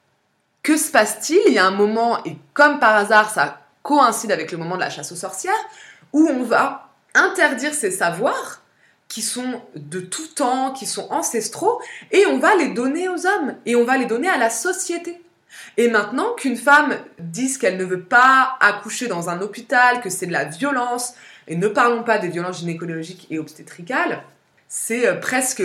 que se passe-t-il ? Il y a un moment, et comme par hasard, ça coïncide avec le moment de la chasse aux sorcières, où on va interdire ces savoirs qui sont de tout temps, qui sont ancestraux, et on va les donner aux hommes, et on va les donner à la société. Et maintenant qu'une femme dise qu'elle ne veut pas accoucher dans un hôpital, que c'est de la violence, et ne parlons pas des violences gynécologiques et obstétricales, c'est presque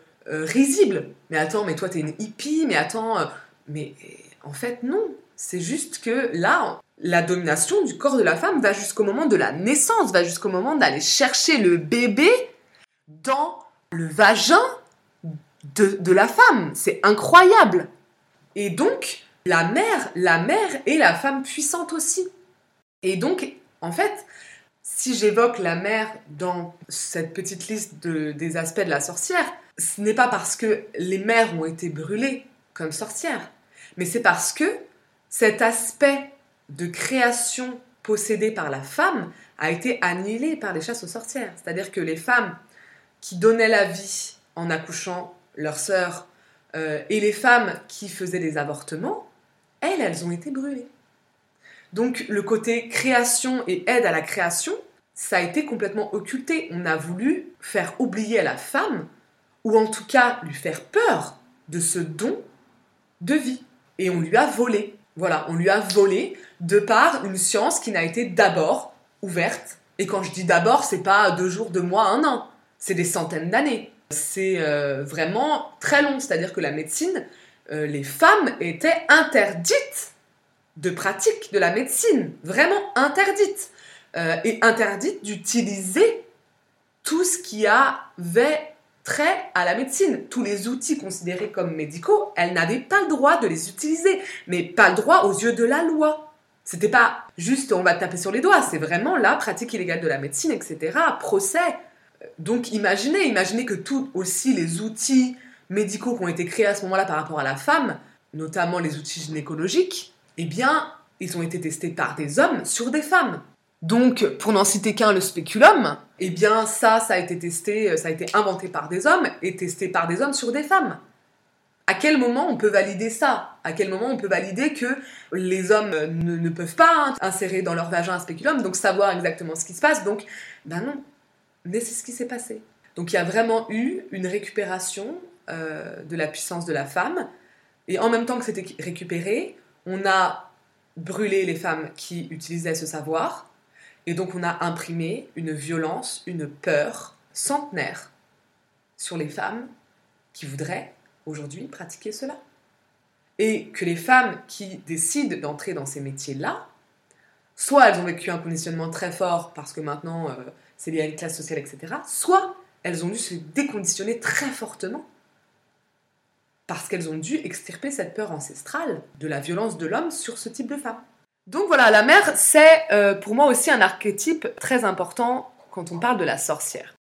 risible. Mais attends, mais toi t'es une hippie, mais attends... mais en fait non, c'est juste que là, la domination du corps de la femme va jusqu'au moment de la naissance, va jusqu'au moment d'aller chercher le bébé dans le vagin de la femme. C'est incroyable. Et donc, la mère est la femme puissante aussi. Et donc, en fait, si j'évoque la mère dans cette petite liste des aspects de la sorcière, ce n'est pas parce que les mères ont été brûlées comme sorcière. Mais c'est parce que cet aspect de création possédé par la femme a été annihilé par les chasses aux sorcières. C'est-à-dire que les femmes qui donnaient la vie en accouchant leurs sœurs et les femmes qui faisaient des avortements, elles ont été brûlées. Donc le côté création et aide à la création, ça a été complètement occulté. On a voulu faire oublier à la femme, ou en tout cas lui faire peur de ce don de vie. Et on lui a volé. Voilà, on lui a volé de par une science qui n'a été d'abord ouverte. Et quand je dis d'abord, c'est pas 2 jours, 2 mois, 1 an. C'est des centaines d'années. C'est vraiment très long. C'est-à-dire que la médecine, les femmes étaient interdites de pratique de la médecine. Vraiment interdites. Et interdites d'utiliser tout ce qui avait trait à la médecine. Tous les outils considérés comme médicaux, elles n'avaient pas le droit de les utiliser, mais pas le droit aux yeux de la loi. C'était pas juste on va te taper sur les doigts, c'est vraiment la pratique illégale de la médecine, etc. Procès. Donc imaginez que tous aussi les outils médicaux qui ont été créés à ce moment-là par rapport à la femme, notamment les outils gynécologiques, eh bien, ils ont été testés par des hommes sur des femmes. Donc, pour n'en citer qu'un, le spéculum, eh bien ça a été testé, ça a été inventé par des hommes et testé par des hommes sur des femmes. À quel moment on peut valider ça ? À quel moment on peut valider que les hommes ne peuvent pas insérer dans leur vagin un spéculum, donc savoir exactement ce qui se passe ? Donc, ben non, mais c'est ce qui s'est passé. Donc il y a vraiment eu une récupération de la puissance de la femme, et en même temps que c'était récupéré, on a brûlé les femmes qui utilisaient ce savoir. Et donc on a imprimé une violence, une peur centenaire sur les femmes qui voudraient aujourd'hui pratiquer cela. Et que les femmes qui décident d'entrer dans ces métiers-là, soit elles ont vécu un conditionnement très fort parce que maintenant c'est lié à une classe sociale, etc., soit elles ont dû se déconditionner très fortement parce qu'elles ont dû extirper cette peur ancestrale de la violence de l'homme sur ce type de femme. Donc voilà, la mère, c'est pour moi aussi un archétype très important quand on parle de la sorcière.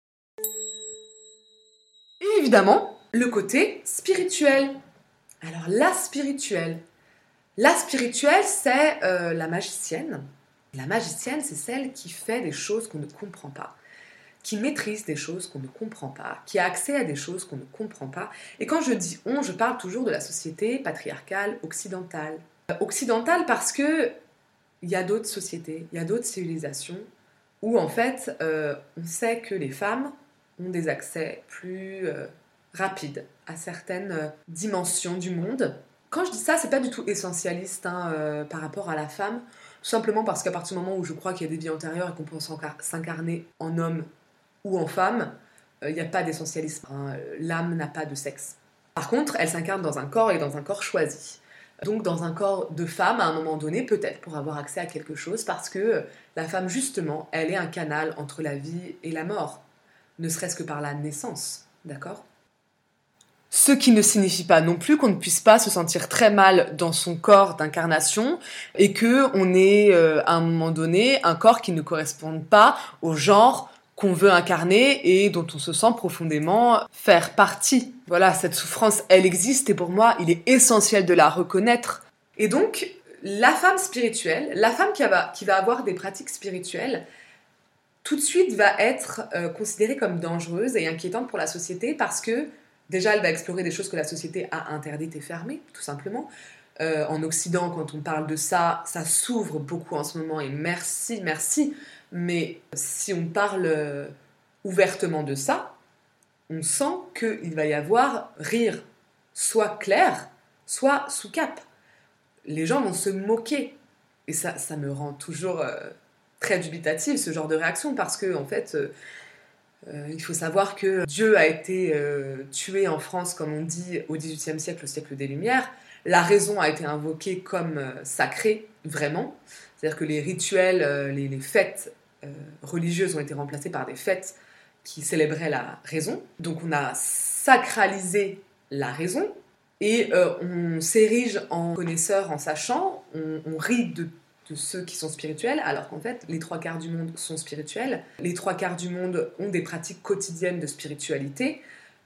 Et évidemment, le côté spirituel. Alors la spirituelle, c'est la magicienne. La magicienne, c'est celle qui fait des choses qu'on ne comprend pas, qui maîtrise des choses qu'on ne comprend pas, qui a accès à des choses qu'on ne comprend pas. Et quand je dis on, je parle toujours de la société patriarcale occidentale. Occidentale parce que il y a d'autres sociétés, il y a d'autres civilisations où en fait on sait que les femmes ont des accès plus rapides à certaines dimensions du monde. Quand je dis ça, c'est pas du tout essentialiste par rapport à la femme, tout simplement parce qu'à partir du moment où je crois qu'il y a des vies antérieures et qu'on peut s'incarner en homme ou en femme, il n'y a pas d'essentialisme. L'âme n'a pas de sexe. Par contre, elle s'incarne dans un corps et dans un corps choisi. Donc dans un corps de femme, à un moment donné, peut-être pour avoir accès à quelque chose, parce que la femme, justement, elle est un canal entre la vie et la mort, ne serait-ce que par la naissance, d'accord ? Ce qui ne signifie pas non plus qu'on ne puisse pas se sentir très mal dans son corps d'incarnation et qu'on ait, à un moment donné, un corps qui ne corresponde pas au genre qu'on veut incarner et dont on se sent profondément faire partie. Voilà, cette souffrance, elle existe et pour moi, il est essentiel de la reconnaître. Et donc, la femme spirituelle, la femme qui va avoir des pratiques spirituelles, tout de suite va être considérée comme dangereuse et inquiétante pour la société parce que, déjà, elle va explorer des choses que la société a interdites et fermées, tout simplement. En Occident, quand on parle de ça, ça s'ouvre beaucoup en ce moment et merci. Mais si on parle ouvertement de ça, on sent qu'il va y avoir rire, soit clair, soit sous cape. Les gens vont se moquer. Et ça me rend toujours très dubitative, ce genre de réaction, parce que, en fait, il faut savoir que Dieu a été tué en France, comme on dit, au XVIIIe siècle, au siècle des Lumières. La raison a été invoquée comme sacrée, vraiment. C'est-à-dire que les rituels, les fêtes religieuses ont été remplacées par des fêtes qui célébraient la raison. Donc on a sacralisé la raison et on s'érige en connaisseur, en sachant, on rit de ceux qui sont spirituels, alors qu'en fait, les 3/4 du monde sont spirituels. Les 3/4 du monde ont des pratiques quotidiennes de spiritualité.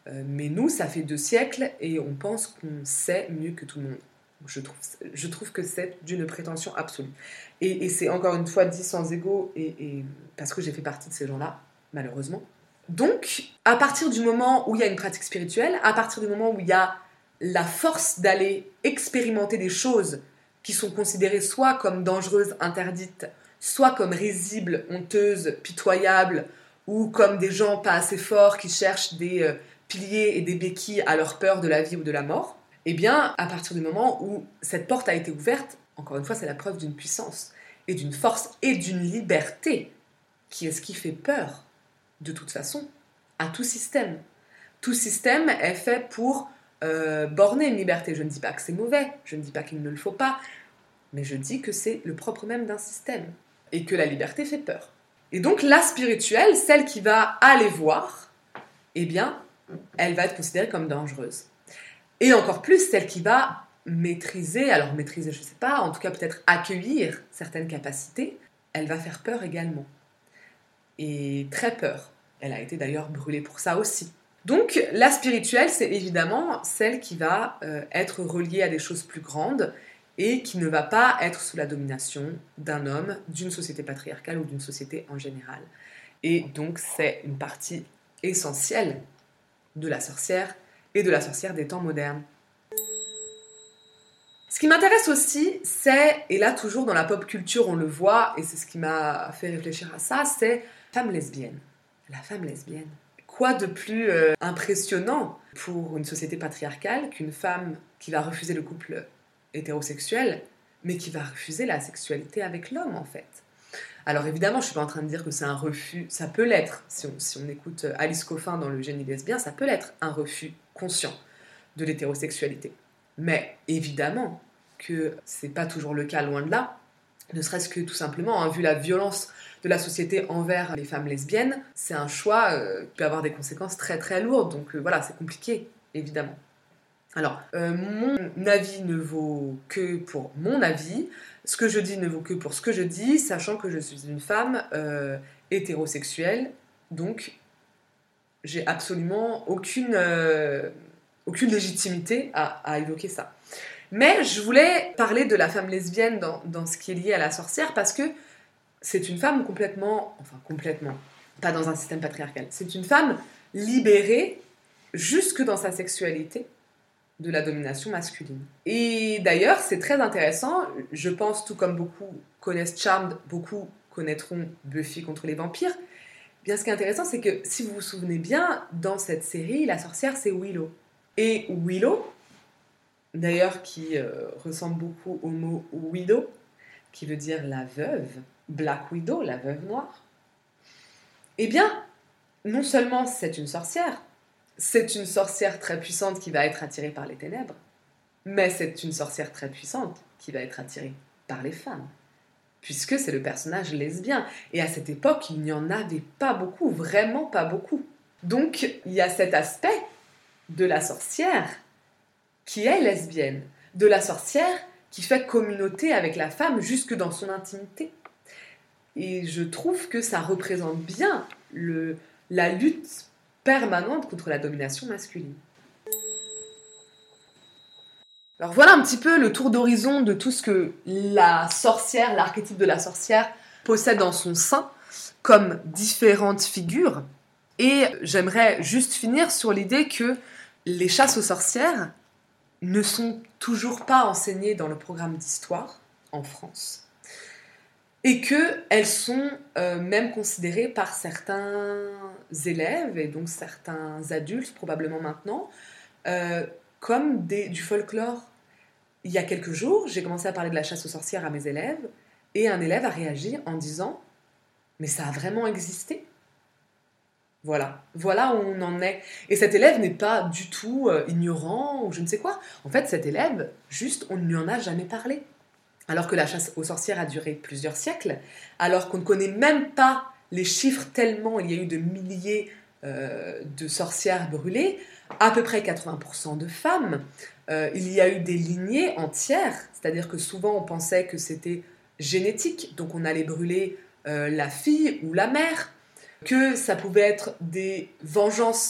Mais nous, ça fait 2 siècles et on pense qu'on sait mieux que tout le monde. Je trouve que c'est d'une prétention absolue. Et c'est encore une fois dit sans ego, et parce que j'ai fait partie de ces gens-là, malheureusement. Donc, à partir du moment où il y a une pratique spirituelle, à partir du moment où il y a la force d'aller expérimenter des choses qui sont considérées soit comme dangereuses, interdites, soit comme risibles, honteuses, pitoyables, ou comme des gens pas assez forts qui cherchent des piliers et des béquilles à leur peur de la vie ou de la mort, eh bien, à partir du moment où cette porte a été ouverte, encore une fois, c'est la preuve d'une puissance, et d'une force, et d'une liberté, qui est ce qui fait peur, de toute façon, à tout système. Tout système est fait pour borner une liberté. Je ne dis pas que c'est mauvais, je ne dis pas qu'il ne le faut pas, mais je dis que c'est le propre même d'un système, et que la liberté fait peur. Et donc la spirituelle, celle qui va aller voir, eh bien, elle va être considérée comme dangereuse. Et encore plus, celle qui va maîtriser, alors maîtriser, je ne sais pas, en tout cas peut-être accueillir certaines capacités, elle va faire peur également. Et très peur. Elle a été d'ailleurs brûlée pour ça aussi. Donc la spirituelle, c'est évidemment celle qui va être reliée à des choses plus grandes et qui ne va pas être sous la domination d'un homme, d'une société patriarcale ou d'une société en général. Et donc c'est une partie essentielle de la sorcière et de la sorcière des temps modernes. Ce qui m'intéresse aussi, c'est, et là toujours dans la pop culture on le voit, et c'est ce qui m'a fait réfléchir à ça, c'est la femme lesbienne. La femme lesbienne. Quoi de plus impressionnant pour une société patriarcale qu'une femme qui va refuser le couple hétérosexuel, mais qui va refuser la sexualité avec l'homme en fait. Alors évidemment, je ne suis pas en train de dire que c'est un refus, ça peut l'être, si on écoute Alice Coffin dans Le génie lesbien, ça peut l'être un refus conscient de l'hétérosexualité. Mais évidemment que c'est pas toujours le cas, loin de là, ne serait-ce que tout simplement, vu la violence de la société envers les femmes lesbiennes, c'est un choix qui peut avoir des conséquences très très lourdes, donc voilà, c'est compliqué, évidemment. Alors, mon avis ne vaut que pour mon avis, ce que je dis ne vaut que pour ce que je dis, sachant que je suis une femme hétérosexuelle, donc j'ai absolument aucune légitimité à évoquer ça. Mais je voulais parler de la femme lesbienne dans ce qui est lié à la sorcière, parce que c'est une femme complètement, pas dans un système patriarcal, c'est une femme libérée jusque dans sa sexualité de la domination masculine. Et d'ailleurs, c'est très intéressant, je pense, tout comme beaucoup connaissent Charmed, beaucoup connaîtront Buffy contre les vampires. Bien, ce qui est intéressant, c'est que, si vous vous souvenez bien, dans cette série, la sorcière, c'est Willow. Et Willow, d'ailleurs, qui ressemble beaucoup au mot widow, qui veut dire la veuve, Black Widow, la veuve noire, eh bien, non seulement c'est une sorcière très puissante qui va être attirée par les ténèbres, mais c'est une sorcière très puissante qui va être attirée par les femmes, puisque c'est le personnage lesbien. Et à cette époque, il n'y en avait pas beaucoup, vraiment pas beaucoup. Donc, il y a cet aspect de la sorcière qui est lesbienne, de la sorcière qui fait communauté avec la femme jusque dans son intimité. Et je trouve que ça représente bien la lutte permanente contre la domination masculine. Alors voilà un petit peu le tour d'horizon de tout ce que la sorcière, l'archétype de la sorcière, possède en son sein, comme différentes figures. Et j'aimerais juste finir sur l'idée que les chasses aux sorcières ne sont toujours pas enseignées dans le programme d'histoire en France. Et qu'elles sont même considérées par certains élèves, et donc certains adultes probablement maintenant, comme du folklore. Il y a quelques jours, j'ai commencé à parler de la chasse aux sorcières à mes élèves, et un élève a réagi en disant « Mais ça a vraiment existé ?» Voilà où on en est. Et cet élève n'est pas du tout ignorant ou je ne sais quoi. En fait, cet élève, juste, on ne lui en a jamais parlé. Alors que la chasse aux sorcières a duré plusieurs siècles, alors qu'on ne connaît même pas les chiffres tellement il y a eu de milliers de sorcières brûlées, à peu près 80% de femmes, il y a eu des lignées entières, c'est-à-dire que souvent on pensait que c'était génétique, donc on allait brûler la fille ou la mère, que ça pouvait être des vengeances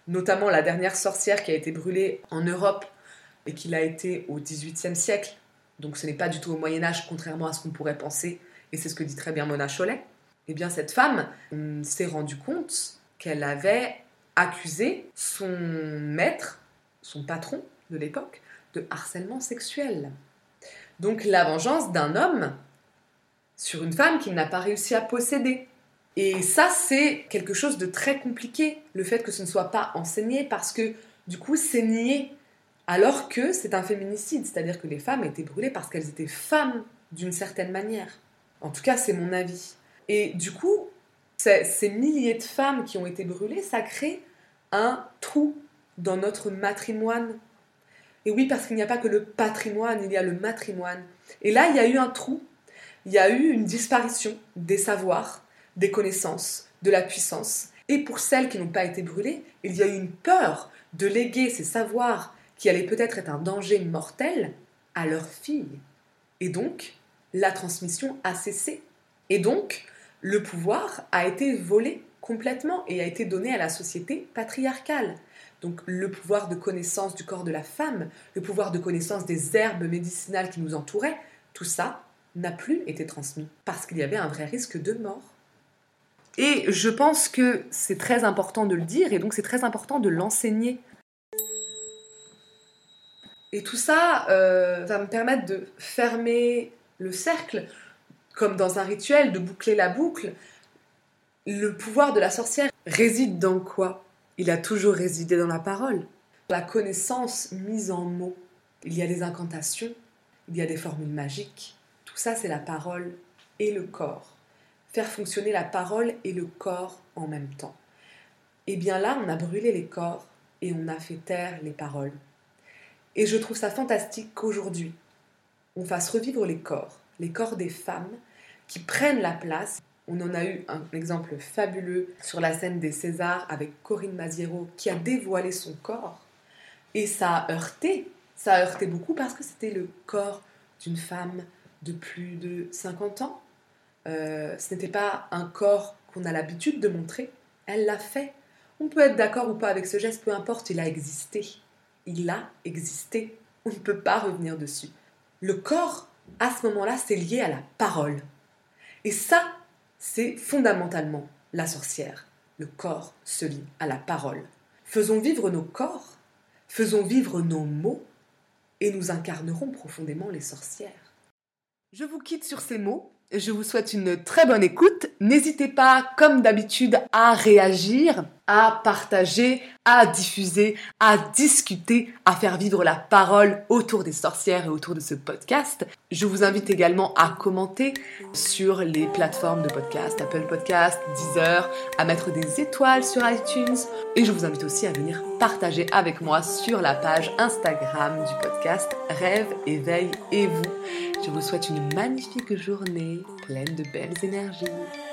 notamment la dernière sorcière qui a été brûlée en Europe et qui l'a été au XVIIIe siècle. Donc ce n'est pas du tout au Moyen-Âge, contrairement à ce qu'on pourrait penser, et c'est ce que dit très bien Mona Chollet. Eh bien, cette femme s'est rendue compte qu'elle avait accusé son maître, son patron de l'époque, de harcèlement sexuel. Donc la vengeance d'un homme sur une femme qu'il n'a pas réussi à posséder. Et ça, c'est quelque chose de très compliqué, le fait que ce ne soit pas enseigné, parce que du coup, c'est nié, alors que c'est un féminicide, c'est-à-dire que les femmes étaient brûlées parce qu'elles étaient femmes d'une certaine manière. En tout cas, c'est mon avis. Et du coup, ces milliers de femmes qui ont été brûlées, ça crée un trou dans notre matrimoine. Et oui, parce qu'il n'y a pas que le patrimoine, il y a le matrimoine. Et là, il y a eu un trou, il y a eu une disparition des savoirs, des connaissances, de la puissance. Et pour celles qui n'ont pas été brûlées, il y a eu une peur de léguer ces savoirs qui allaient peut-être être un danger mortel à leurs filles. Et donc, la transmission a cessé. Et donc, le pouvoir a été volé complètement et a été donné à la société patriarcale. Donc le pouvoir de connaissance du corps de la femme, le pouvoir de connaissance des herbes médicinales qui nous entouraient, tout ça n'a plus été transmis parce qu'il y avait un vrai risque de mort. Et je pense que c'est très important de le dire et donc c'est très important de l'enseigner. Et tout ça va me permettre de fermer le cercle, comme dans un rituel, de boucler la boucle. Le pouvoir de la sorcière réside dans quoi ? Il a toujours résidé dans la parole. La connaissance mise en mots. Il y a des incantations, il y a des formules magiques. Tout ça, c'est la parole et le corps. Faire fonctionner la parole et le corps en même temps. Et bien là, on a brûlé les corps et on a fait taire les paroles. Et je trouve ça fantastique qu'aujourd'hui, on fasse revivre les corps des femmes qui prennent la place. On en a eu un exemple fabuleux sur la scène des Césars avec Corinne Maziero qui a dévoilé son corps. Et ça a heurté beaucoup parce que c'était le corps d'une femme de plus de 50 ans. Ce n'était pas un corps qu'on a l'habitude de montrer. Elle l'a fait. On peut être d'accord ou pas avec ce geste, peu importe, il a existé. Il a existé. On ne peut pas revenir dessus. Le corps, à ce moment-là, c'est lié à la parole. Et ça, c'est fondamentalement la sorcière. Le corps se lie à la parole. Faisons vivre nos corps, faisons vivre nos mots, et nous incarnerons profondément les sorcières. Je vous quitte sur ces mots. Je vous souhaite une très bonne écoute. N'hésitez pas, comme d'habitude, à réagir, à partager, à diffuser, à discuter, à faire vivre la parole autour des sorcières et autour de ce podcast. Je vous invite également à commenter sur les plateformes de podcast, Apple Podcast, Deezer, à mettre des étoiles sur iTunes. Et je vous invite aussi à venir partager avec moi sur la page Instagram du podcast Rêve, Éveil et Vous. Je vous souhaite une magnifique journée pleine de belles énergies.